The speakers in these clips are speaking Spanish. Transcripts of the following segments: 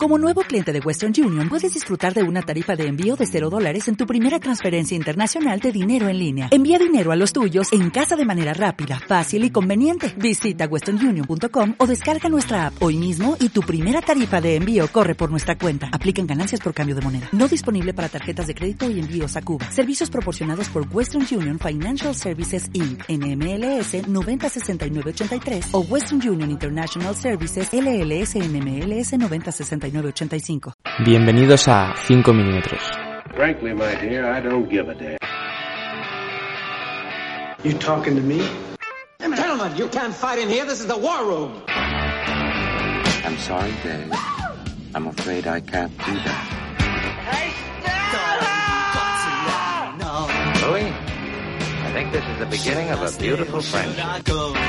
Como nuevo cliente de Western Union, puedes disfrutar de una tarifa de envío de $0 en tu primera transferencia internacional de dinero en línea. Envía dinero a los tuyos en casa de manera rápida, fácil y conveniente. Visita westernunion.com o descarga nuestra app hoy mismo y tu primera tarifa de envío corre por nuestra cuenta. Aplican ganancias por cambio de moneda. No disponible para tarjetas de crédito y envíos a Cuba. Servicios proporcionados por Western Union Financial Services Inc. NMLS 906983 o Western Union International Services LLS NMLS 906985. Bienvenidos a 5 milímetros. Frankly, my dear, I don't give a damn. You talking to me? Gentlemen, you can't fight in here. This is the war room. I'm sorry, Dave. I'm afraid I can't do that. Louis, I think this is the beginning of a beautiful friendship.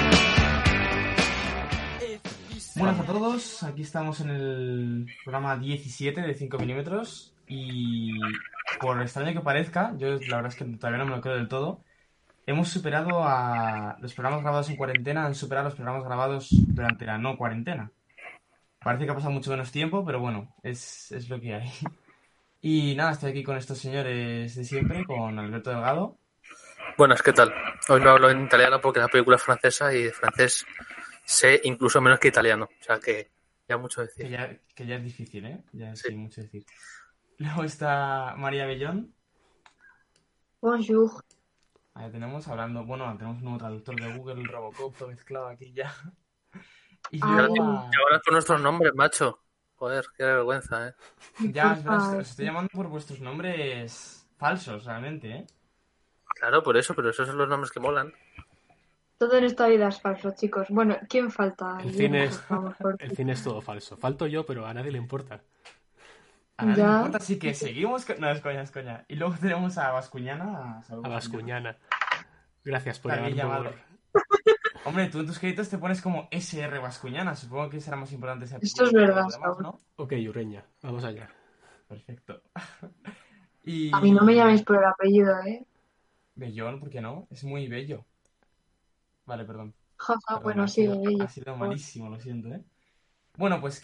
Buenas a todos, aquí estamos en el programa 17 de 5 milímetros y por extraño que parezca, yo la verdad es que todavía no me lo creo del todo, hemos superado a los programas grabados en cuarentena, han superado los programas grabados durante la no cuarentena. Parece que ha pasado mucho menos tiempo, pero bueno, es lo que hay. Y nada, estoy aquí con estos señores de siempre, con Alberto Delgado. Buenas, ¿qué tal? Hoy no hablo en italiano porque la película es francesa y de francés sé incluso menos que italiano, o sea que ya mucho decir. Que ya es difícil, ¿eh? Ya sí, mucho decir. Luego está María Bellón. Bonjour. Ahí tenemos hablando, bueno, tenemos un nuevo traductor de Google, Robocop, todo mezclado aquí ya. Y ahora por nuestros nombres, macho. Joder, qué vergüenza, ¿eh? Ya, es verdad, os estoy llamando por vuestros nombres falsos, realmente, ¿eh? Claro, por eso, pero esos son los nombres que molan. Todo en esta vida es falso, chicos. Bueno, ¿quién falta? El cine es todo falso. Falto yo, pero a nadie le importa. A nadie le importa, así que seguimos con... No, es coña. Y luego tenemos a Bascuñana. A Bascuñana. Gracias por llamar. Hombre, tú en tus créditos te pones como SR Bascuñana. Supongo que será más importante ese apellido. Esto es verdad, demás, ¿no? Ok, Ureña. Vamos allá. Perfecto. A mí no me llaméis por el apellido, ¿eh? Bellón, ¿por qué no? Es muy bello. Vale, perdón. Bueno, sí, bello. Ha sido malísimo, lo siento, ¿eh? Bueno, pues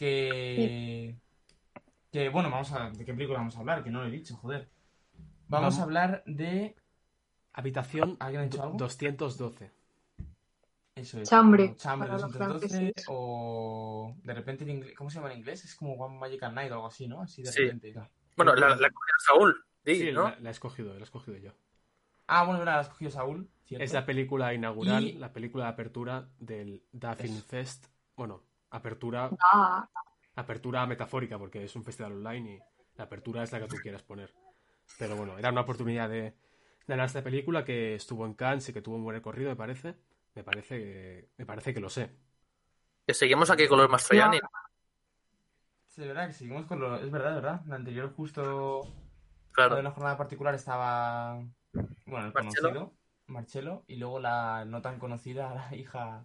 bueno, ¿de qué película vamos a hablar? Que no lo he dicho, joder. Vamos a hablar de... Habitación ¿Alguien ha dicho algo? 212. Eso es. Chambre 212 o... De repente en inglés... ¿Cómo se llama en inglés? Es como One Magical Night o algo así, ¿no? Así de repente. Bueno, la ha cogido Saúl, sí, ¿no? La he escogido yo. Ah, bueno, la ha escogido Saúl. ¿Cierto? Es la película inaugural, la película de apertura del Da Film Fest. Bueno, apertura metafórica porque es un festival online y la apertura es la que tú quieras poner. Pero bueno, era una oportunidad de ganar esta película que estuvo en Cannes y que tuvo un buen recorrido, me parece. Me parece que lo sé. Que seguimos aquí con los Mastroianni. Sí, verdad que seguimos con los... Es verdad. La anterior justo... Claro. De una jornada particular estaba... Bueno, el conocido, Marcello, y luego la no tan conocida, la hija...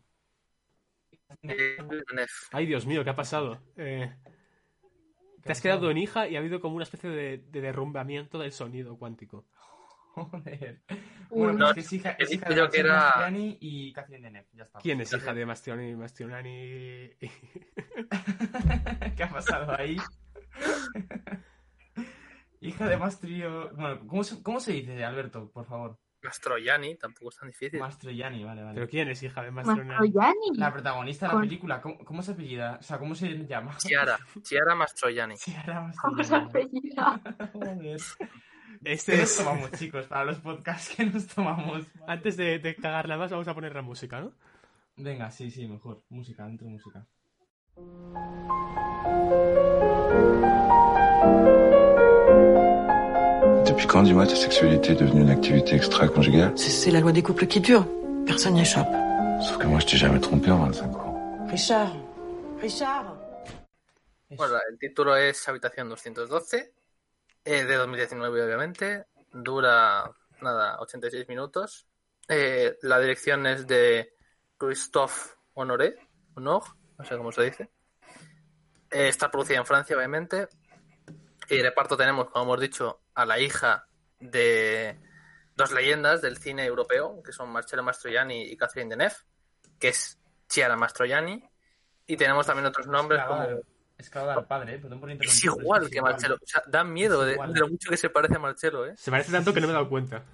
Ay, Dios mío, ¿qué ha pasado? Te has quedado en hija y ha habido como una especie de derrumbamiento del sonido cuántico. Joder. Bueno, pues es hija de Mastroianni y Catherine Deneuve, ya está. ¿Quién es hija de Mastroianni? ¿Qué ha pasado ahí? Hija de Mastrio... Bueno, ¿cómo se dice, Alberto, por favor? Mastroianni, tampoco es tan difícil. Mastroianni, vale. ¿Pero quién es hija de Mastroianni? La protagonista de la película, ¿cómo se apellida? O sea, ¿cómo se llama? Chiara Mastroianni. ¿Cómo se apellida? Joder. ¿Qué nos tomamos, chicos? Para los podcasts, ¿qué nos tomamos? Antes de cagarla más, vamos a poner la música, ¿no? Venga, sí, mejor. Música, dentro de música. Depuis quand, dis-moi, ta sexualité est devenue une activité extra-conjugale? C'est la loi des couples qui durent. Personne n'y échappe. Sauf que moi, je t'ai jamais trompé en 25 ans. Richard. Bueno, el título es Habitación 212, de 2019, obviamente. Dura, 86 minutos. La dirección es de Christophe Honoré, no sé cómo se dice. Está producida en Francia, obviamente. Y reparto tenemos, como hemos dicho, a la hija de dos leyendas del cine europeo, que son Marcello Mastroianni y Catherine Deneuve, que es Chiara Mastroianni. Y tenemos también otros nombres como... Es claro al padre, perdón por interrumpir. Es igual que Marcello. O sea, da miedo de lo mucho que se parece a Marcello, ¿eh? Se parece tanto que no me he dado cuenta.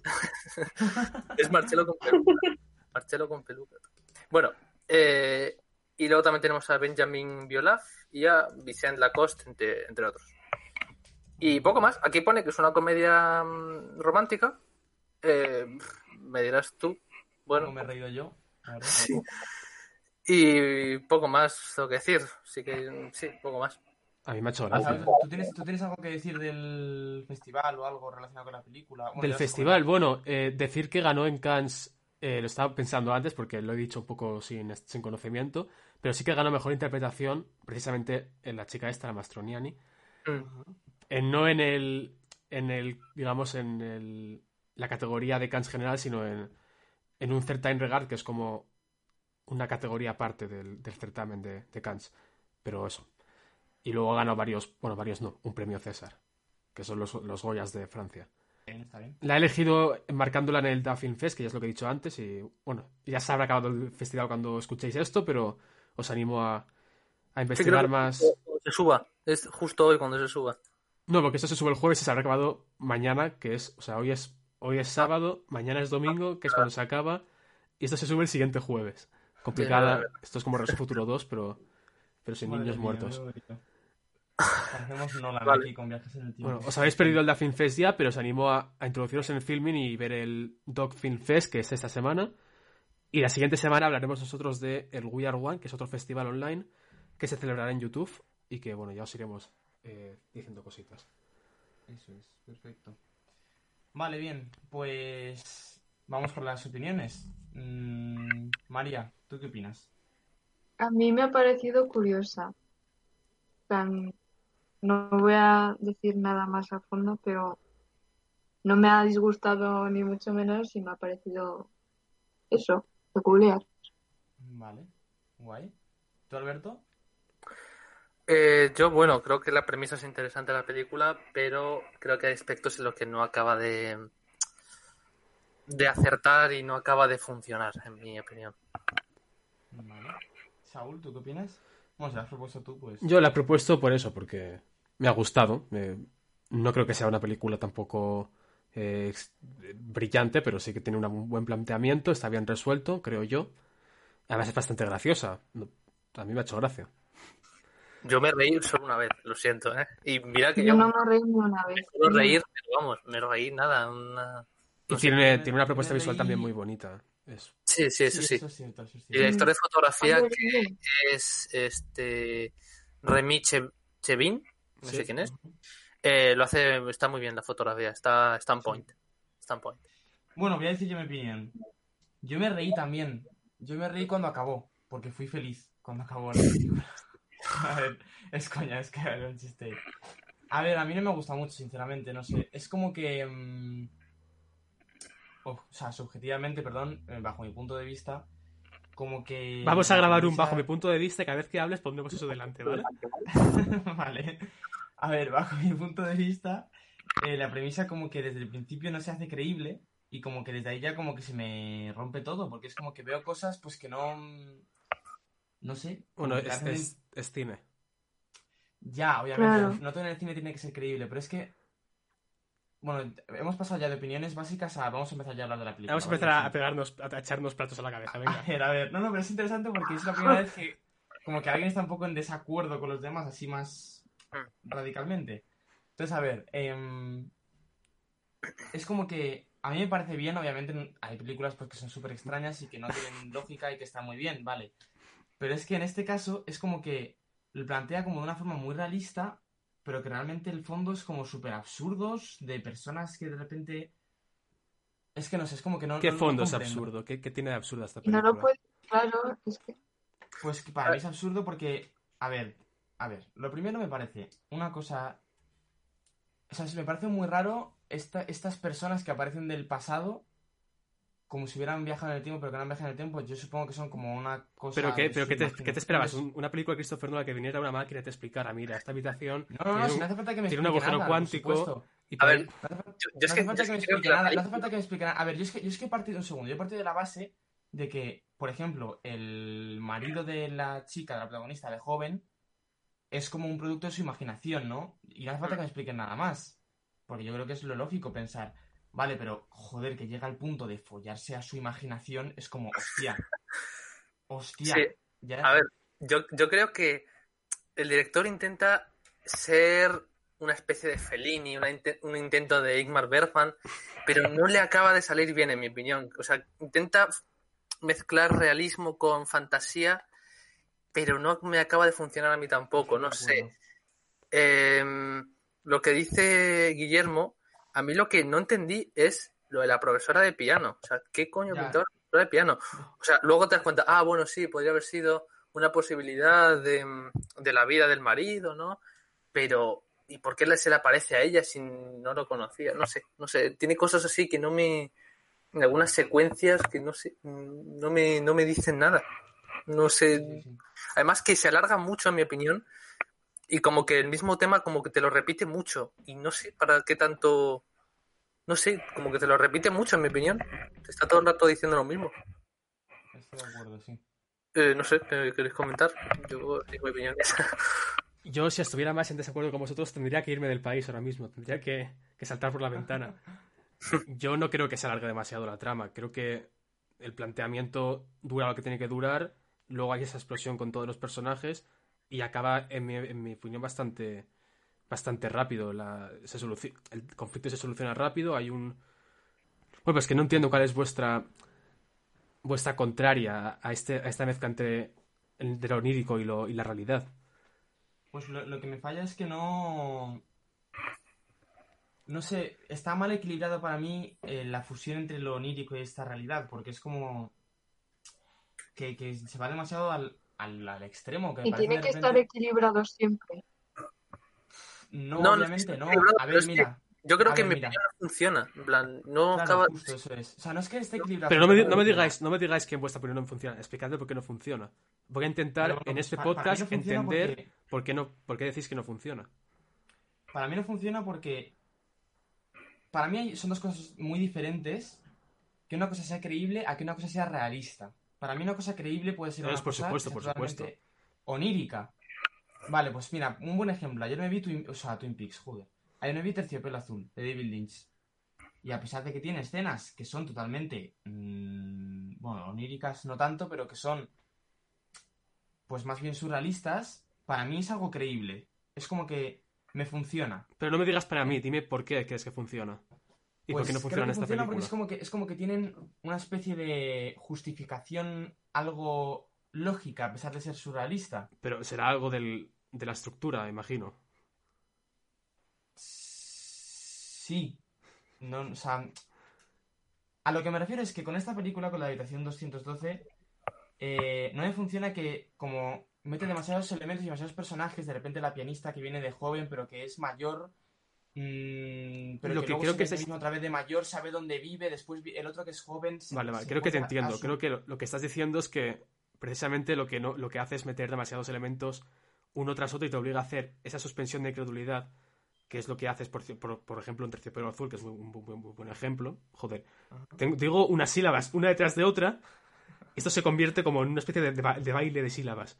Es Marcello con peluca. Marcello con peluca. Bueno, y luego también tenemos a Benjamin Biolay y a Vincent Lacoste, entre otros. Y poco más. Aquí pone que es una comedia romántica. Me dirás tú. Bueno, ¿Cómo me he reído yo? La verdad. Sí. Y poco más tengo que decir. Sí, poco más. A mí me ha hecho gracia. ¿Tú tienes algo que decir del festival o algo relacionado con la película? Bueno, del festival, bueno, decir que ganó en Cannes, lo estaba pensando antes porque lo he dicho un poco sin conocimiento, pero sí que ganó mejor interpretación precisamente en la chica esta, la Mastroianni. No en digamos, en la categoría de Cannes general, sino en un Certain Regard, que es como una categoría aparte del certamen de Cannes. Pero eso. Y luego ganó un premio César, que son los Goyas de Francia. Está bien. La he elegido marcándola en el Da Film Fest, que ya es lo que he dicho antes, y bueno, ya se habrá acabado el festival cuando escuchéis esto, pero os animo a investigar más. Se suba, es justo hoy cuando se suba. No, porque esto se sube el jueves y se habrá acabado mañana, hoy es sábado, mañana es domingo, que es cuando se acaba, y esto se sube el siguiente jueves. Complicada, esto es como Regreso al Futuro 2, pero sin niños muertos. Parecemos Nolan aquí con viajes en el tiempo. Bueno, os habéis perdido el Da Film Fest ya, pero os animo a introduciros en el filming y ver el Dog Film Fest, que es esta semana. Y la siguiente semana hablaremos nosotros de el We Are One, que es otro festival online que se celebrará en YouTube y que, bueno, ya os iremos diciendo cositas. Eso es, perfecto. Vale, bien, pues vamos con las opiniones. María, ¿tú qué opinas? A mí me ha parecido curiosa. No voy a decir nada más a fondo, pero no me ha disgustado ni mucho menos y me ha parecido eso, peculiar. Vale, guay. ¿Tú, Alberto? Yo, creo que la premisa es interesante de la película, pero creo que hay aspectos en los que no acaba de acertar y no acaba de funcionar, en mi opinión. Vale. Saúl, ¿tú qué opinas? Bueno, si la has propuesto tú, pues... Yo la he propuesto por eso, porque me ha gustado. No creo que sea una película tampoco brillante, pero sí que tiene un buen planteamiento, está bien resuelto, creo yo. Además es bastante graciosa. A mí me ha hecho gracia. Yo me reí solo una vez, lo siento, ¿eh? Y mira que yo no me reí ni una vez. Me puedo reír, pero vamos, me reí nada. Y tiene una propuesta visual también muy bonita. Sí. Eso es cierto. Y el director de fotografía que es Remy Chevin, no sé quién es. Lo hace, está muy bien la fotografía, está on point. Bueno, voy a decir yo mi opinión. Yo me reí también. Yo me reí cuando acabó, porque fui feliz cuando acabó la película. A ver, es coña, es que era un chiste. A ver, a mí no me gusta mucho, sinceramente, no sé. Es como que... o sea, subjetivamente, perdón, bajo mi punto de vista, como que... Vamos a grabar un bajo mi punto de vista y cada vez que hables pondremos eso delante, ¿vale? Vale. A ver, bajo mi punto de vista, la premisa como que desde el principio no se hace creíble y como que desde ahí ya como que se me rompe todo, porque es como que veo cosas pues que no sé. Bueno, es cine. Ya, obviamente, no todo en el cine tiene que ser creíble, pero es que... Bueno, hemos pasado ya de opiniones básicas a... Vamos a empezar ya a hablar de la película. Vamos a empezar a echarnos platos a la cabeza, venga. A ver. No, pero es interesante porque es la primera vez que como que alguien está un poco en desacuerdo con los demás, así más radicalmente. Entonces, a ver, es como que a mí me parece bien, obviamente hay películas pues que son súper extrañas y que no tienen lógica y que están muy bien, vale. Pero es que en este caso es como que lo plantea como de una forma muy realista, pero que realmente el fondo es como súper absurdos, de personas que de repente... Es que no sé, es como que no... ¿Qué no fondo es absurdo? ¿Qué tiene de absurda esta película? No lo puedo... Claro, es que... Pues que para mí es absurdo porque... A ver, lo primero me parece una cosa... O sea, me parece muy raro estas personas que aparecen del pasado como si hubieran viajado en el tiempo, pero que no han viajado en el tiempo. Yo supongo que son como una cosa... ¿Pero qué te esperabas? ¿Una película de Christopher Nolan que viniera una máquina y te explicara, mira, esta habitación no hace falta que me tiene un agujero cuántico... A ver, no hace falta que me explique nada. No hace falta que me explique nada. A ver, yo es que he partido un segundo. Yo he partido de la base de que, por ejemplo, el marido de la chica, de la protagonista, de joven, es como un producto de su imaginación, ¿no? Y no hace falta que me expliquen nada más. Porque yo creo que es lo lógico pensar, vale, pero joder, que llega al punto de follarse a su imaginación, es como, hostia, Sí, ya... a ver, yo creo que el director intenta ser una especie de Fellini, un intento de Ingmar Bergman, pero no le acaba de salir bien, en mi opinión. O sea, intenta mezclar realismo con fantasía, pero no me acaba de funcionar a mí tampoco, no sé. Lo que dice Guillermo, a mí lo que no entendí es lo de la profesora de piano. O sea, ¿qué coño pintaba la profesora de piano? O sea, luego te das cuenta, bueno, sí, podría haber sido una posibilidad de la vida del marido, ¿no? Pero, ¿y por qué se le aparece a ella si no lo conocía? No sé, tiene cosas así que no me... En algunas secuencias que no sé, no me dicen nada. No sé. Sí. Además que se alarga mucho, en mi opinión, y como que el mismo tema como que te lo repite mucho. Y no sé para qué tanto... No sé, como que te lo repite mucho, en mi opinión. Te está todo el rato diciendo lo mismo. Estoy de acuerdo, sí. No sé, ¿queréis comentar? Yo digo mi opinión. Yo, si estuviera más en desacuerdo con vosotros, tendría que irme del país ahora mismo. Tendría que saltar por la ventana. Yo no creo que se alargue demasiado la trama. Creo que el planteamiento dura lo que tiene que durar. Luego hay esa explosión con todos los personajes. Y acaba, en mi opinión, bastante rápido. El conflicto se soluciona rápido. Hay un... Bueno, pues que no entiendo cuál es vuestra contraria a esta mezcla entre de lo onírico y la realidad. Pues lo que me falla es que no... No sé, está mal equilibrado para mí la fusión entre lo onírico y esta realidad, porque es como que se va demasiado al extremo, que me Y parece tiene de que estar repente... equilibrado siempre. No, obviamente, no. A ver, mira. Yo creo que ver, en mi mira. opinión no funciona. En plan, no Claro, acaba... justo eso es. O sea, no es que esté equilibrado. Pero no me digáis que en vuestra opinión no funciona. Explicadme por qué no funciona. Voy a intentar Bueno, en pues este para mí podcast no funciona entender por qué decís que no funciona. Para mí no funciona porque... Para mí son dos cosas muy diferentes. Que una cosa sea creíble a que una cosa sea realista. Para mí una cosa creíble puede ser una cosa que sea totalmente onírica. Vale, pues mira, un buen ejemplo. Ayer me vi Twin Peaks, joder. Ayer me vi Terciopelo Azul, de David Lynch. Y a pesar de que tiene escenas que son totalmente... bueno, oníricas no tanto, pero que son... Pues más bien surrealistas, para mí es algo creíble. Es como que me funciona. Pero no me digas para mí, dime por qué crees que funciona. ¿Y pues por qué no funciona en esta película? Porque es como que tienen una especie de justificación algo lógica, a pesar de ser surrealista. Pero será algo de la estructura, imagino. Sí. No, o sea, a lo que me refiero es que con esta película, con la Habitación 212, no me funciona que como mete demasiados elementos y demasiados personajes, de repente la pianista que viene de joven pero que es mayor, pero lo que que luego creo se que mete mismo otra vez de mayor, sabe dónde vive, después el otro que es joven... Vale, creo que te entiendo. Creo que lo que estás diciendo es que precisamente lo que hace es meter demasiados elementos uno tras otro y te obliga a hacer esa suspensión de incredulidad, que es lo que haces, por ejemplo, en Terciopelo Azul, que es un buen ejemplo. Joder. Digo unas sílabas una detrás de otra. Esto se convierte como en una especie de baile de sílabas.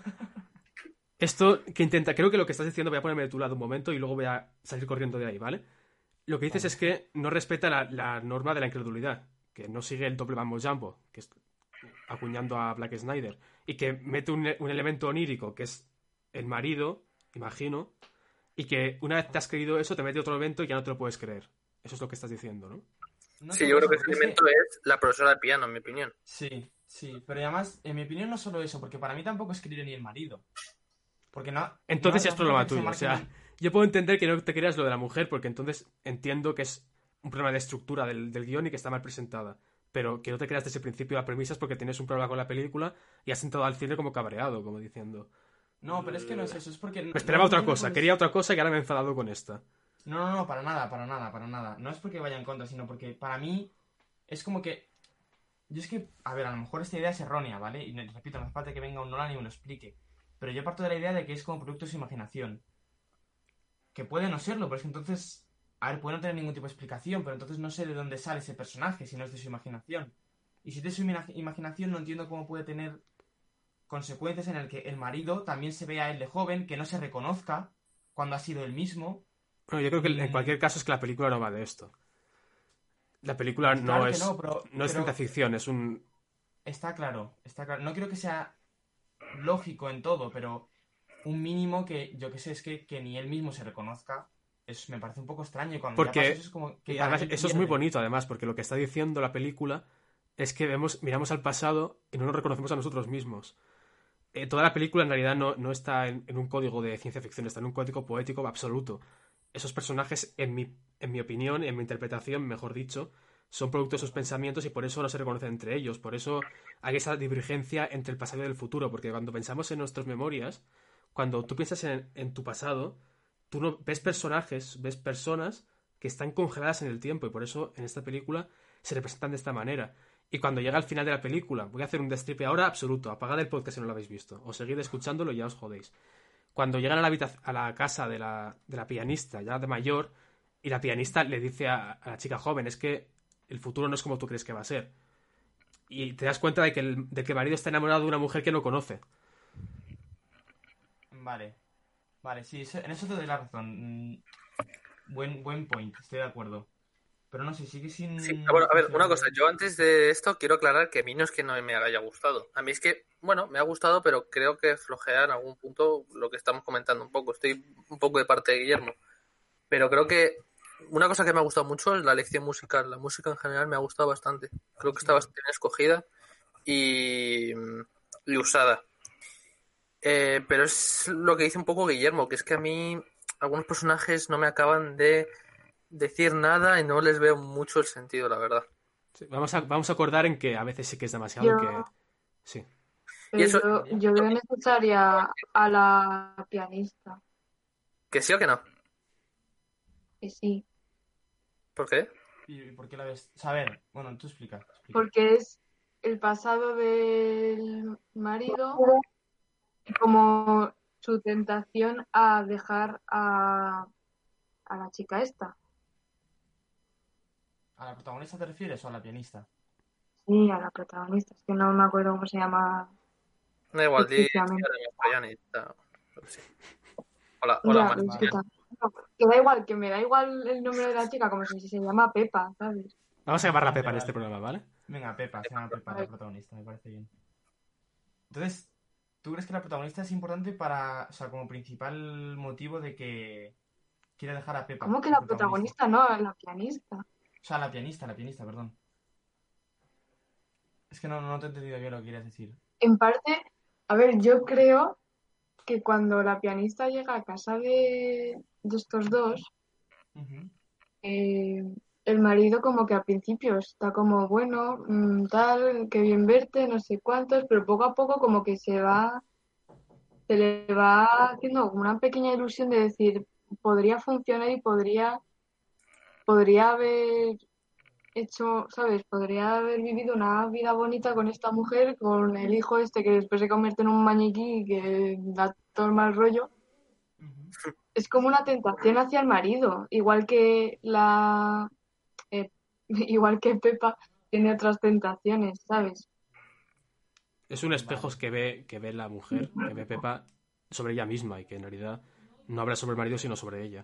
Esto que intenta... Creo que lo que estás diciendo... Voy a ponerme de tu lado un momento y luego voy a salir corriendo de ahí, ¿vale? Lo que dices es que no respeta la norma de la incredulidad. Que no sigue el doble mambo jumbo, que es acuñando a Black Snyder. Y que mete un elemento onírico, que es el marido, imagino... Y que una vez te has creído eso, te mete otro evento y ya no te lo puedes creer. Eso es lo que estás diciendo, ¿no? Sí, yo creo que ese elemento es la profesora de piano, en mi opinión. Sí, pero además, en mi opinión no solo eso, porque para mí tampoco es creíble ni el marido. Porque no... Entonces es problema tuyo, o sea, yo puedo entender que no te creas lo de la mujer, porque entonces entiendo que es un problema de estructura del guión y que está mal presentada. Pero que no te creas desde el principio las premisas porque tienes un problema con la película y has entrado al cine como cabreado, como diciendo... No, pero es que no es eso, es porque... Me esperaba otra cosa, quería otra cosa y ahora me he enfadado con esta. No, para nada. No es porque vaya en contra, sino porque para mí es como que... Yo es que, a ver, a lo mejor esta idea es errónea, ¿vale? Y repito, no hace falta que venga un Nolan y me lo explique. Pero yo parto de la idea de que es como producto de su imaginación. Que puede no serlo, pero es que entonces... A ver, puede no tener ningún tipo de explicación, pero entonces no sé de dónde sale ese personaje si no es de su imaginación. Y si es de su imaginación no entiendo cómo puede tener consecuencias en el que el marido también se vea a él de joven, que no se reconozca cuando ha sido él mismo. Bueno, yo creo que en cualquier caso es que la película no va de esto. La película Pues claro no que es, no, pero- no es pero- ciencia ficción, es un... Está claro, está claro. No creo que sea lógico en todo, pero un mínimo que, yo que sé, es que ni él mismo se reconozca, me parece un poco extraño. Y cuando ya pasa Porque eso es como que y para además mí eso es muy pierde. bonito, además, porque lo que está diciendo la película es que miramos al pasado y no nos reconocemos a nosotros mismos. Toda la película en realidad no está en un código de ciencia ficción, está en un código poético absoluto. Esos personajes, en mi opinión, en mi interpretación, mejor dicho, son producto de sus pensamientos y por eso no se reconocen entre ellos. Por eso hay esa divergencia entre el pasado y el futuro, porque cuando pensamos en nuestras memorias, cuando tú piensas en tu pasado, tú no ves personajes, ves personas que están congeladas en el tiempo y por eso en esta película se representan de esta manera. Y cuando llega al final de la película, voy a hacer un destripe ahora absoluto, apagad el podcast si no lo habéis visto, o seguid escuchándolo y ya os jodéis. Cuando llegan a la casa de la pianista, ya de mayor, y la pianista le dice a la chica joven, es que el futuro no es como tú crees que va a ser. Y te das cuenta de que el marido está enamorado de una mujer que no conoce. Vale, vale, sí, en eso te doy la razón. Buen point, estoy de acuerdo. Pero no sé, sigue sin... Sí, bueno, a ver, una funcionar. cosa, yo antes de esto quiero aclarar que a mí no es que no me haya gustado. A mí es que, bueno, me ha gustado, pero creo que flojea en algún punto lo que estamos comentando un poco. Estoy un poco de parte de Guillermo. Pero creo que una cosa que me ha gustado mucho es la elección musical. La música en general me ha gustado bastante. Creo que está bastante bien escogida y usada. Pero es lo que dice un poco Guillermo, que es que a mí algunos personajes no me acaban de decir nada y no les veo mucho el sentido, la verdad. Sí, vamos a acordar en que a veces sí que es demasiado y que... Sí. Y eso, yo veo necesaria a la pianista, ¿que sí o que no? que sí, ¿Por qué? ¿Y por qué la ves? O sea, a ver, bueno, tú explica. porque es el pasado del marido y como su tentación a dejar a la chica esta. ¿A la protagonista te refieres o a la pianista? Sí, a la protagonista, es que no me acuerdo cómo se llama Da igual, di específicamente. Hola, Ya, Mar. es que que da igual, que me da igual el nombre de la chica, como si se llama Pepa, ¿sabes? Vamos a llamarla Pepa en Vale. este programa, ¿vale? Venga, Pepa, se llama Pepa la protagonista, me parece bien. Entonces, ¿tú crees que la protagonista es importante para, o sea, como principal motivo de que quiere dejar a Pepa? ¿Cómo que la protagonista? No, la pianista. O sea, la pianista, perdón. Es que no te he entendido bien lo que querías decir. En parte, a ver, yo creo que cuando la pianista llega a casa de estos dos, el marido como que al principio está como, bueno, tal, qué bien verte, no sé cuántos, pero poco a poco como que se le va haciendo como una pequeña ilusión de decir, podría funcionar y podría haber hecho, ¿sabes? Podría haber vivido una vida bonita con esta mujer, con el hijo este que después se convierte en un maniquí y que da todo el mal rollo. Es como una tentación hacia el marido, igual que igual que Pepa tiene otras tentaciones, ¿sabes? Es un espejo que ve la mujer, que ve Pepa sobre ella misma y que en realidad no habla sobre el marido sino sobre ella.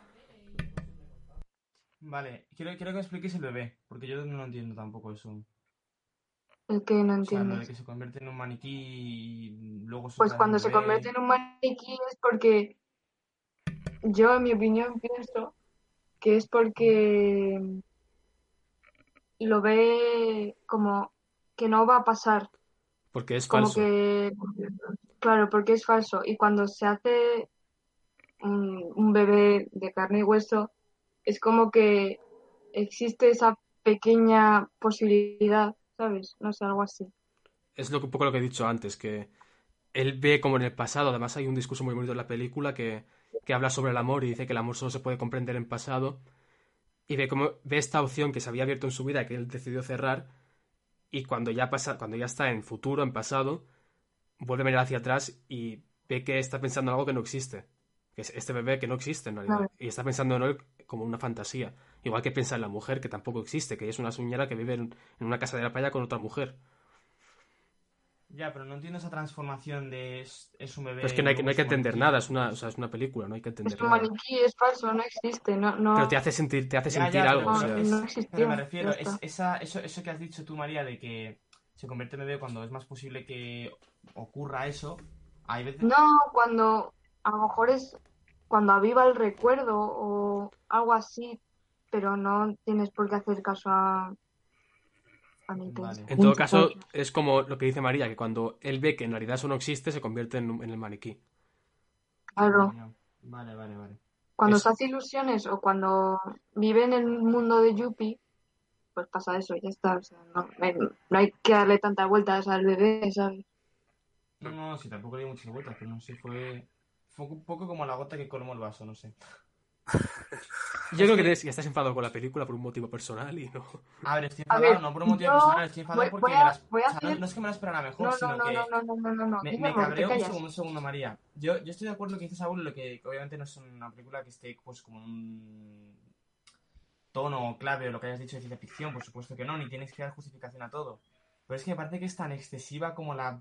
Vale, quiero que me expliques el bebé, porque yo no entiendo tampoco eso. El que no O sea, lo de entiendes. que se convierte en un maniquí y luego Pues otra vez cuando un se bebé. convierte en un maniquí es porque yo, en mi opinión, pienso que es porque lo ve como que no va a pasar. Porque es Como falso. que, claro, porque es falso. Y cuando se hace un bebé de carne y hueso, es como que existe esa pequeña posibilidad, ¿sabes? No sé, algo así. Es un poco lo que he dicho antes, que él ve como en el pasado, además hay un discurso muy bonito en la película que habla sobre el amor y dice que el amor solo se puede comprender en pasado y ve esta opción que se había abierto en su vida que él decidió cerrar y cuando ya está en futuro, en pasado, vuelve a mirar hacia atrás y ve que está pensando en algo que no existe, que es este bebé que no existe en realidad, Claro. y está pensando en él como una fantasía, igual que piensa en la mujer que tampoco existe, que es una señora que vive en una casa de la playa con otra mujer. Ya, pero no entiendo esa transformación de es un bebé. Pero es que no hay luego que es un entender maniquí. nada, es una película, no hay que Es entender un nada. maniquí, es falso, no existe, Pero no, te hace sentir Ya, algo, o pero, no, sea, no pero me existió, refiero, ya está. eso que has dicho tú, María, de que se convierte en bebé cuando es más posible que ocurra eso. Hay veces. No, cuando a lo mejor es cuando aviva el recuerdo o algo así, pero no tienes por qué hacer caso a mi Vale. en todo inteligencia, caso, ¿sabes? es como lo que dice María, que cuando él ve que en realidad eso no existe, se convierte en el maniquí. Claro, Ya. Vale. cuando Es, se hace ilusiones o cuando vive en el mundo de Yuppie, pues pasa eso, ya está. O sea, no hay que darle tantas vueltas al bebé, ¿sabes? No, sí, tampoco le di muchas vueltas, pero no sé, fue un poco como la gota que colmó el vaso, no sé. yo Es creo que, que estás enfadado con la película por un motivo personal y no. a ver, estoy A enfadado, ver, no por un motivo yo personal, estoy enfadado porque voy a o sea, hacer... no es que me la esperara mejor, No, no, sino no, no, que no, no, no, no, no. me Guillermo, te cabreó callas. un segundo, María. Yo estoy de acuerdo que dice Saúl, que obviamente no es una película que esté pues como en un tono clave o lo que hayas dicho de ciencia ficción, por supuesto que no, ni tienes que dar justificación a todo. Pero es que me parece que es tan excesiva como la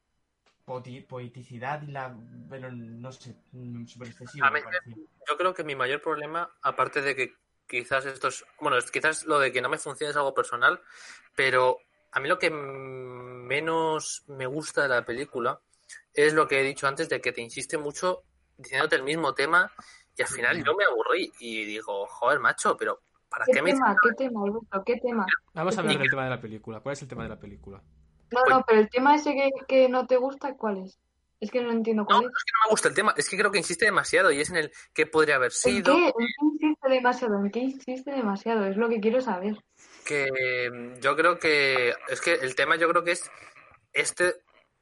poeticidad y la... Pero no sé, súper excesivo A me mí, parece. yo creo que mi mayor problema, aparte de que quizás quizás lo de que no me funcione es algo personal, pero a mí lo que menos me gusta de la película es lo que he dicho antes de que te insiste mucho diciéndote el mismo tema y al final yo me aburrí y digo, joder, macho, pero ¿para ¿Qué qué me dices? tema? ¿Qué tema, Alberto? ¿Qué tema? Vamos ¿Qué a hablar tema? del tema de la película. ¿Cuál es el tema de la película? No, Pues no, pero el tema ese que no te gusta, ¿cuál es? Es que no entiendo no, cuál no es. es que no me gusta el tema, es que creo que insiste demasiado y es en el que podría haber ¿En sido, qué? ¿En qué insiste demasiado? ¿En qué insiste demasiado? Es lo que quiero saber. que yo creo que es que el tema yo creo que es este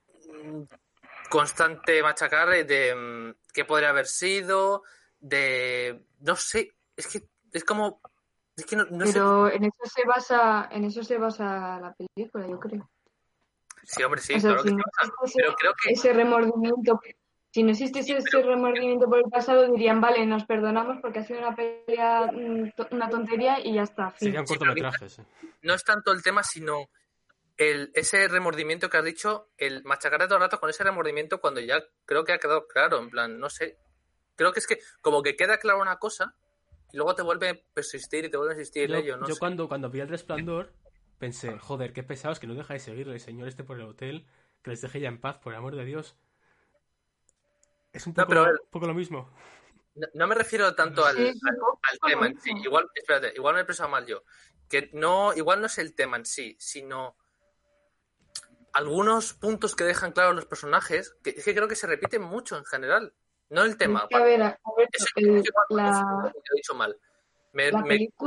constante machacar de qué podría haber sido, de no sé, es que es como es que no sé. Pero en eso se basa la película, yo creo. Sí, hombre, O sí, sea, claro que si sí, no existe pero creo que ese remordimiento, si no existiese ese remordimiento por el pasado, dirían, vale, nos perdonamos porque ha sido una pelea, una tontería y ya está, Sería fin. un sí, pero cortometraje, sí. no es tanto el tema, sino ese remordimiento que has dicho, el machacar todo el rato con ese remordimiento cuando ya creo que ha quedado claro, en plan, no sé, creo que es que como que queda claro una cosa y luego te vuelve a persistir y te vuelve a insistir en ello, no Yo sé. cuando vi El Resplandor pensé, joder, qué pesados que no dejáis seguirle el señor este por el hotel, que les deje ya en paz, por el amor de Dios. Es un No, pero a ver, poco lo mismo. no me refiero tanto al, Sí, al, al tema en sí. Igual, espérate, igual me he expresado mal yo. Que no, igual no es el tema en sí, sino algunos puntos que dejan claros los personajes, que es que creo que se repiten mucho en general. No el Es tema, que, a vale. ver, Alberto, Eso igual la, lo he dicho mal. la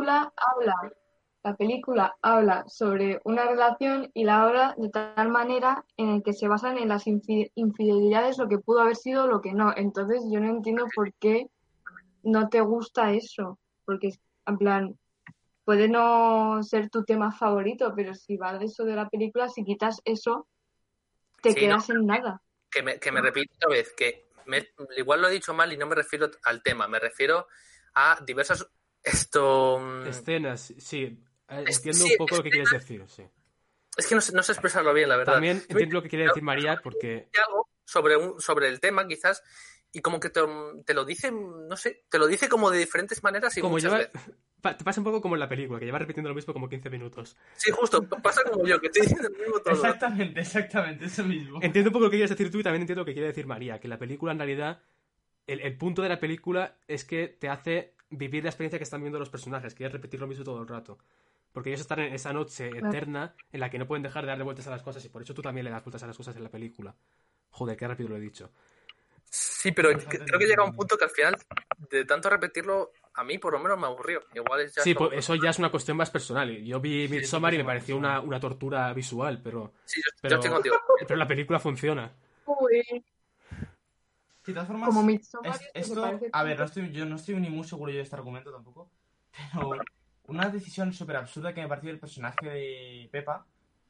película habla sobre una relación y la habla de tal manera en el que se basan en las infidelidades, lo que pudo haber sido, lo que no. Entonces yo no entiendo por qué no te gusta eso, porque en plan puede no ser tu tema favorito, pero si va de eso de la película, si quitas eso, te Sí, no, quedas en nada. que me repito otra vez, igual lo he dicho mal y no me refiero al tema, me refiero a diversas Escenas, sí. Entiendo sí, un poco lo que quieres decir, sí. es que no sé expresarlo bien, la verdad. También entiendo lo que quiere decir María, porque... Algo sobre el tema, quizás, y como que te lo dice, no sé, te lo dice como de diferentes maneras y como muchas lleva, veces. te pasa un poco como en la película, que lleva repitiendo lo mismo como 15 minutos. Sí, justo, pasa como yo, que estoy diciendo el mismo todo. Exactamente, eso mismo. Entiendo un poco lo que quieres decir tú y también entiendo lo que quiere decir María, que la película en realidad, el punto de la película es que te hace vivir la experiencia que están viviendo los personajes, que es repetir lo mismo todo el rato. Porque ellos están en esa noche eterna en la que no pueden dejar de darle vueltas a las cosas y por eso tú también le das vueltas a las cosas en la película. Joder, qué rápido lo he dicho. Sí, pero creo que llega un punto que al final, de tanto repetirlo, a mí por lo menos me aburrió. Igual es ya Sí, solo... pues eso ya es una cuestión más personal. Yo vi Midsommar y me pareció una tortura visual, pero... Sí, yo estoy contigo. Pero la película funciona. Uy. De todas formas, Como Midsommar, esto, a ver, yo no estoy ni muy seguro yo de este argumento tampoco, pero una decisión súper absurda que me pareció del personaje de Pepa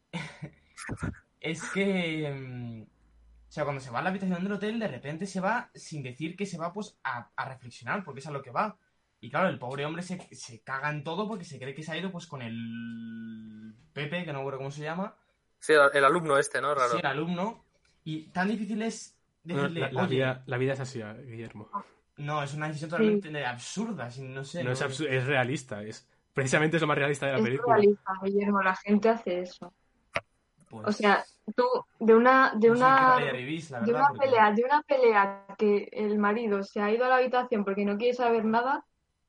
es que, o sea, cuando se va a la habitación del hotel, de repente se va sin decir que se va pues a reflexionar, porque es a lo que va. Y claro, el pobre hombre se caga en todo porque se cree que se ha ido pues con el Pepe, que no recuerdo cómo se llama, Sí, el alumno este, ¿no? Raro. Sí, el alumno. Y tan difícil es decirle, La oye, vida es así, Guillermo. no, es una decisión totalmente absurda, no sé. No es realista, precisamente es lo más realista de la película. Es realista, Guillermo, la gente hace eso. Pues, O sea, tú de una no sé en qué realidad vivís, la verdad, porque- de una pelea que el marido se ha ido a la habitación porque no quiere saber nada,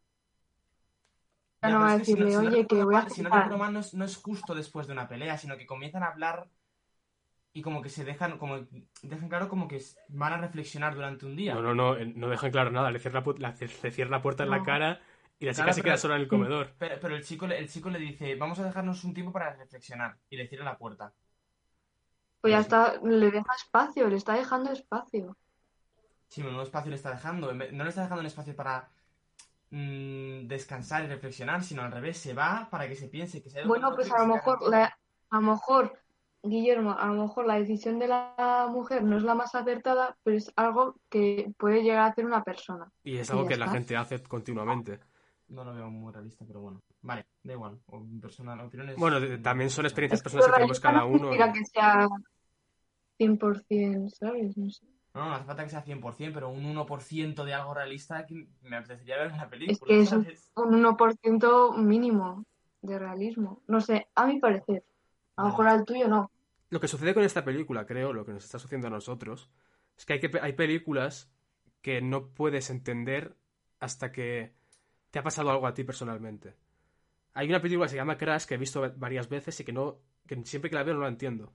ya Ya, no pero va a es que decirle, oye, que voy a si no flipar. recuerdo mal, no es justo después de una pelea, sino que comienzan a hablar y como que dejan claro como que van a reflexionar durante un día. No dejan claro nada, le cierra la puerta en la cara y la chica Claro, se pero- queda sola en el comedor. Pero el chico le dice, vamos a dejarnos un tiempo para reflexionar, y le cierra la puerta. Pues ya está, le deja espacio, le está dejando espacio. Sí, un espacio le está dejando. No le está dejando un espacio para descansar y reflexionar, sino al revés, se va para que se piense que se ha ido Bueno, con pues otro y que se caga en todo. a lo mejor, Guillermo, a lo mejor la decisión de la mujer no es la más acertada, pero es algo que puede llegar a hacer una persona. Y es Y algo ya que la está. gente hace continuamente. No lo veo muy realista, pero bueno. Vale, da igual. O personal, opiniones... Bueno, también son experiencias Es que personales lo que tenemos realista cada no uno. significa que sea 100%, ¿sabes? No sé. No hace falta que sea 100%, pero un 1% de algo realista que me apetecería ver en la película, Es que es ¿sabes? un 1% mínimo de realismo. No sé, a mi parecer. A lo mejor al tuyo no. Lo que sucede con esta película, creo, lo que nos está sucediendo a nosotros, es que hay películas que no puedes entender hasta que te ha pasado algo a ti personalmente. Hay una película que se llama Crash que he visto varias veces y que siempre que la veo no la entiendo.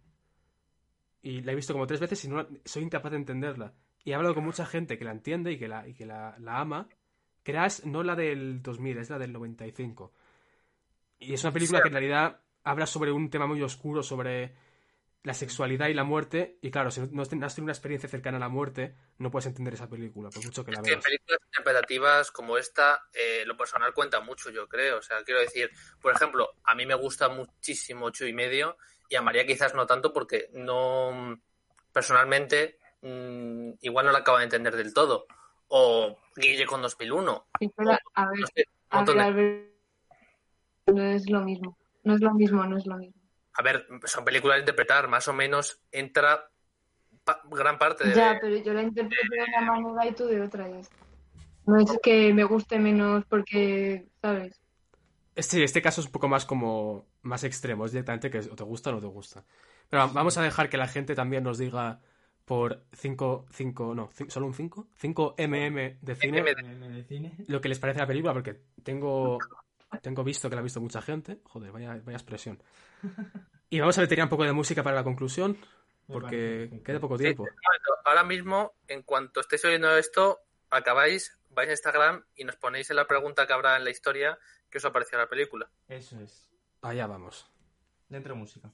Y la he visto como 3 veces y soy incapaz de entenderla. Y he hablado con mucha gente que la entiende y que la ama. Crash no la del 2000, es la del 95. Y es una película que en realidad habla sobre un tema muy oscuro, sobre la sexualidad y la muerte. Y claro, si no has tenido una experiencia cercana a la muerte, no puedes entender esa película, por mucho que la Es que en veas. películas interpretativas como esta, lo personal cuenta mucho, yo creo. O sea, quiero decir, por ejemplo, a mí me gusta muchísimo 8,5 y a María quizás no tanto porque no, personalmente, igual no la acaba de entender del todo. O Guille con 2001. Sí, pero, a ver, No sé, un montón de... Albert, no es lo mismo. No es lo mismo. A ver, son películas de interpretar, más o menos entra gran parte de... Ya, pero yo la interpreto de una manera y tú de otra, ya está. No es que me guste menos porque, ¿sabes? Sí, este caso es un poco más extremo, es directamente que o te gusta o no te gusta. Pero vamos a dejar que la gente también nos diga por 5, ¿solo un 5? 5 de cine, lo que les parece la película, porque tengo visto que la ha visto mucha gente. Joder, vaya expresión. Y vamos a meter ya un poco de música para la conclusión, porque queda poco tiempo. Sí, ahora mismo, en cuanto estéis oyendo esto, acabáis, vais a Instagram y nos ponéis en la pregunta que habrá en la historia que os ha parecido la película. Eso es. Allá vamos. Dentro de música.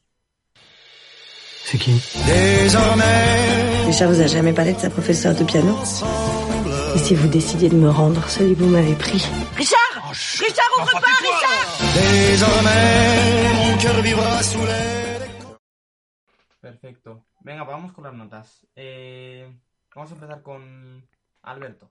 C'est qui? Richard vous a jamais parlé de sa professeure de piano? Et si vous décidiez de me rendre celui que vous m'avez pris? Richard! Richard, ouvre pas, Richard! Désormais, mon cœur vivra sous Perfecto. Venga, pues vamos con las notas. Vamos a empezar con Alberto.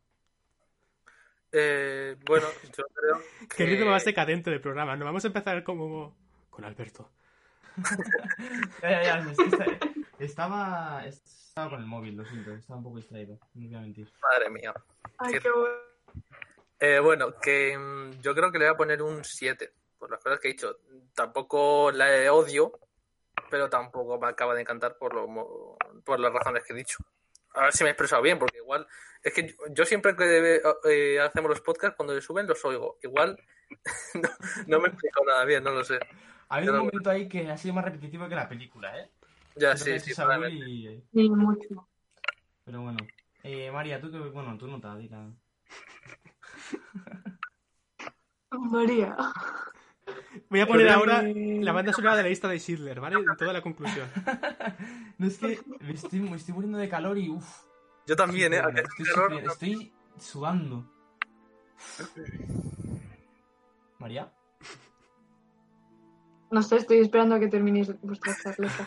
Bueno, yo creo que... Qué ritmo más decadente del programa. No vamos a empezar como con Alberto. Ya, es que estaba con el móvil, lo siento, estaba un poco distraído, no voy a mentir. Madre mía. Ay, qué bueno. Bueno, que yo creo que le voy a poner un 7, por las cosas que he dicho. Tampoco la odio, pero tampoco me acaba de encantar por las razones que he dicho. A ver si me he expresado bien, porque igual... Es que yo siempre que hacemos los podcasts, cuando se suben, los oigo. Igual no me explico nada bien, no lo sé. Ha habido un momento ahí que ha sido más repetitivo que la película, ¿eh? Ya, entonces, sí. Sí, mucho. Pero bueno. María, tú nota, dila. María. Voy a poner ahora la banda sonora de la lista de Schindler, ¿vale? En toda la conclusión. No, es que me estoy muriendo de calor y uff. Yo también, Estoy sudando. ¿María? No sé, estoy esperando a que terminéis vuestra charleta.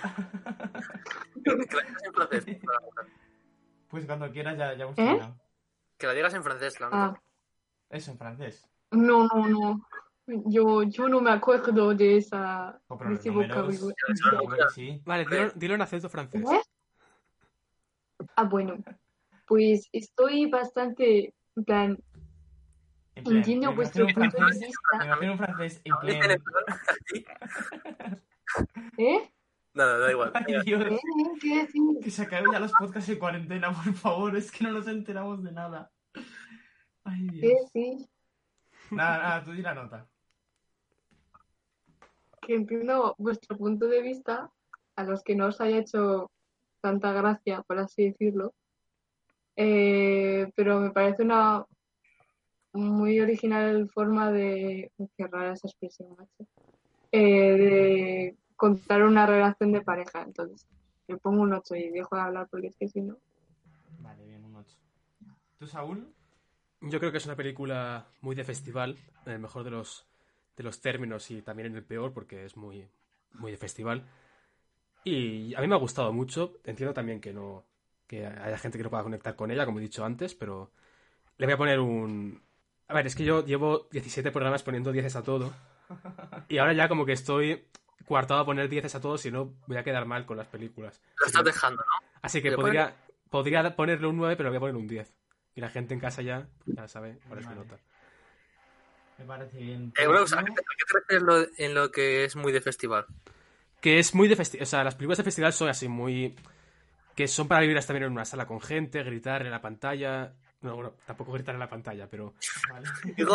Pues cuando quieras ya hemos terminado. Que la digas en francés, la nota. Eso, en francés. No. Yo no me acuerdo de Pero de los ese números, vocabulario. seguro que sí. Vale, dilo en acento francés. ¿Eh? Bueno, pues estoy bastante, en plan, En plan, entiendo me vuestro imagino un punto de francés, vista. me imagino un francés en Dicen plan... en plan ¿Eh? Nada, da igual. Ay, Dios, ¿Qué decís? que se acaben ya los podcasts en cuarentena, por favor, es que no nos enteramos de nada. Ay, ¿Qué Dios. decís? Nada, tú di la nota. Que entiendo vuestro punto de vista, a los que no os haya hecho tanta gracia, por así decirlo, pero me parece una muy original forma de... Qué rara esa expresión, macho. De contar una relación de pareja. Entonces, le pongo un 8 y dejo de hablar porque es que si no... Vale, bien, un 8. ¿Tú, Saúl? Yo creo que es una película muy de festival, en el mejor de los términos y también en el peor, porque es muy, muy de festival. Y a mí me ha gustado mucho. Entiendo también que haya gente que no pueda conectar con ella, como he dicho antes, pero le voy a poner un... A ver, es que yo llevo 17 programas poniendo 10 a todo. Y ahora ya como que estoy coartado a poner 10 a todo, si no voy a quedar mal con las películas. Lo estás dejando, ¿no? Así que podría ponerle un 9, pero le voy a poner un 10. Y la gente en casa ya sabe cuál es mi nota. Me parece bien. Bueno, ¿a qué te refieres en lo que es muy de festival? Que es muy de festival. O sea, las películas de festival son así muy... Que son para vivir también en una sala con gente, gritar en la pantalla... No, bueno, tampoco gritar en la pantalla, pero... Vale.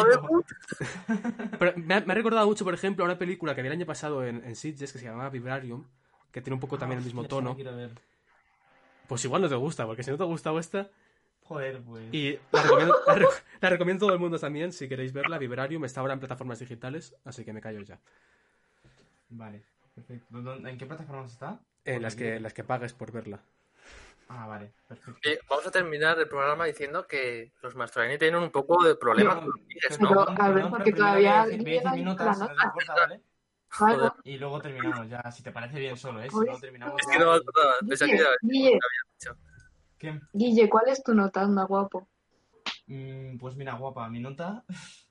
Pero me ha recordado mucho, por ejemplo, a una película que vi el año pasado en Sitges, que se llamaba Vibrarium, que tiene un poco también el mismo tono. Pues igual no te gusta, porque si no te ha gustado esta... Joder, pues... Y la recomiendo a todo el mundo también, si queréis verla. Vibrarium está ahora en plataformas digitales, así que me callo ya. Vale, perfecto. ¿En qué plataformas está? En las que pagues por verla. Ah, vale, perfecto. Vamos a terminar el programa diciendo que los Mastroianni tienen un poco de problemas con los pies, ¿no? Pero, a ver, porque todavía... Voy a decir mi nota, si no te importa, ¿vale? Vale. Y luego terminamos ya, si te parece bien solo, ¿eh? Si no terminamos... Es que no me acordaba, pensaba que ya Guille, había dicho. ¿Qué? Guille, ¿cuál es tu nota, anda, guapo? Pues mira, guapa, mi nota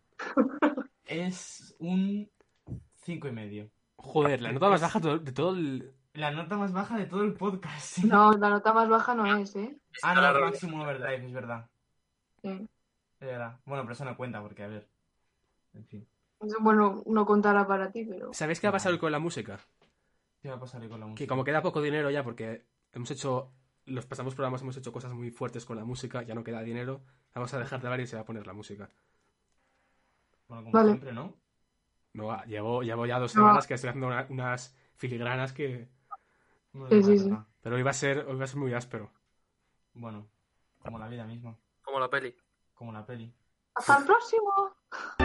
es un 5,5. Joder, la nota más baja de todo el... La nota más baja de todo el podcast. No, la nota más baja no es, ¿eh? Ah, no, el Maximum Overdrive, es verdad. Sí. Es verdad. Bueno, pero eso no cuenta porque, a ver... En fin. Bueno, no contará para ti, pero... ¿Sabéis qué va a pasar con la música? ¿Qué va a pasar con la música? Que como queda poco dinero ya, porque hemos hecho... Los pasamos programas hemos hecho cosas muy fuertes con la música, ya no queda dinero, vamos a dejar de hablar y se va a poner la música. Bueno, como siempre, ¿no? No, llevo ya 2 semanas que estoy haciendo unas filigranas que... Sí. Pero hoy va a ser muy áspero. Bueno, como la vida misma. Como la peli. Como la peli. ¡Hasta el próximo!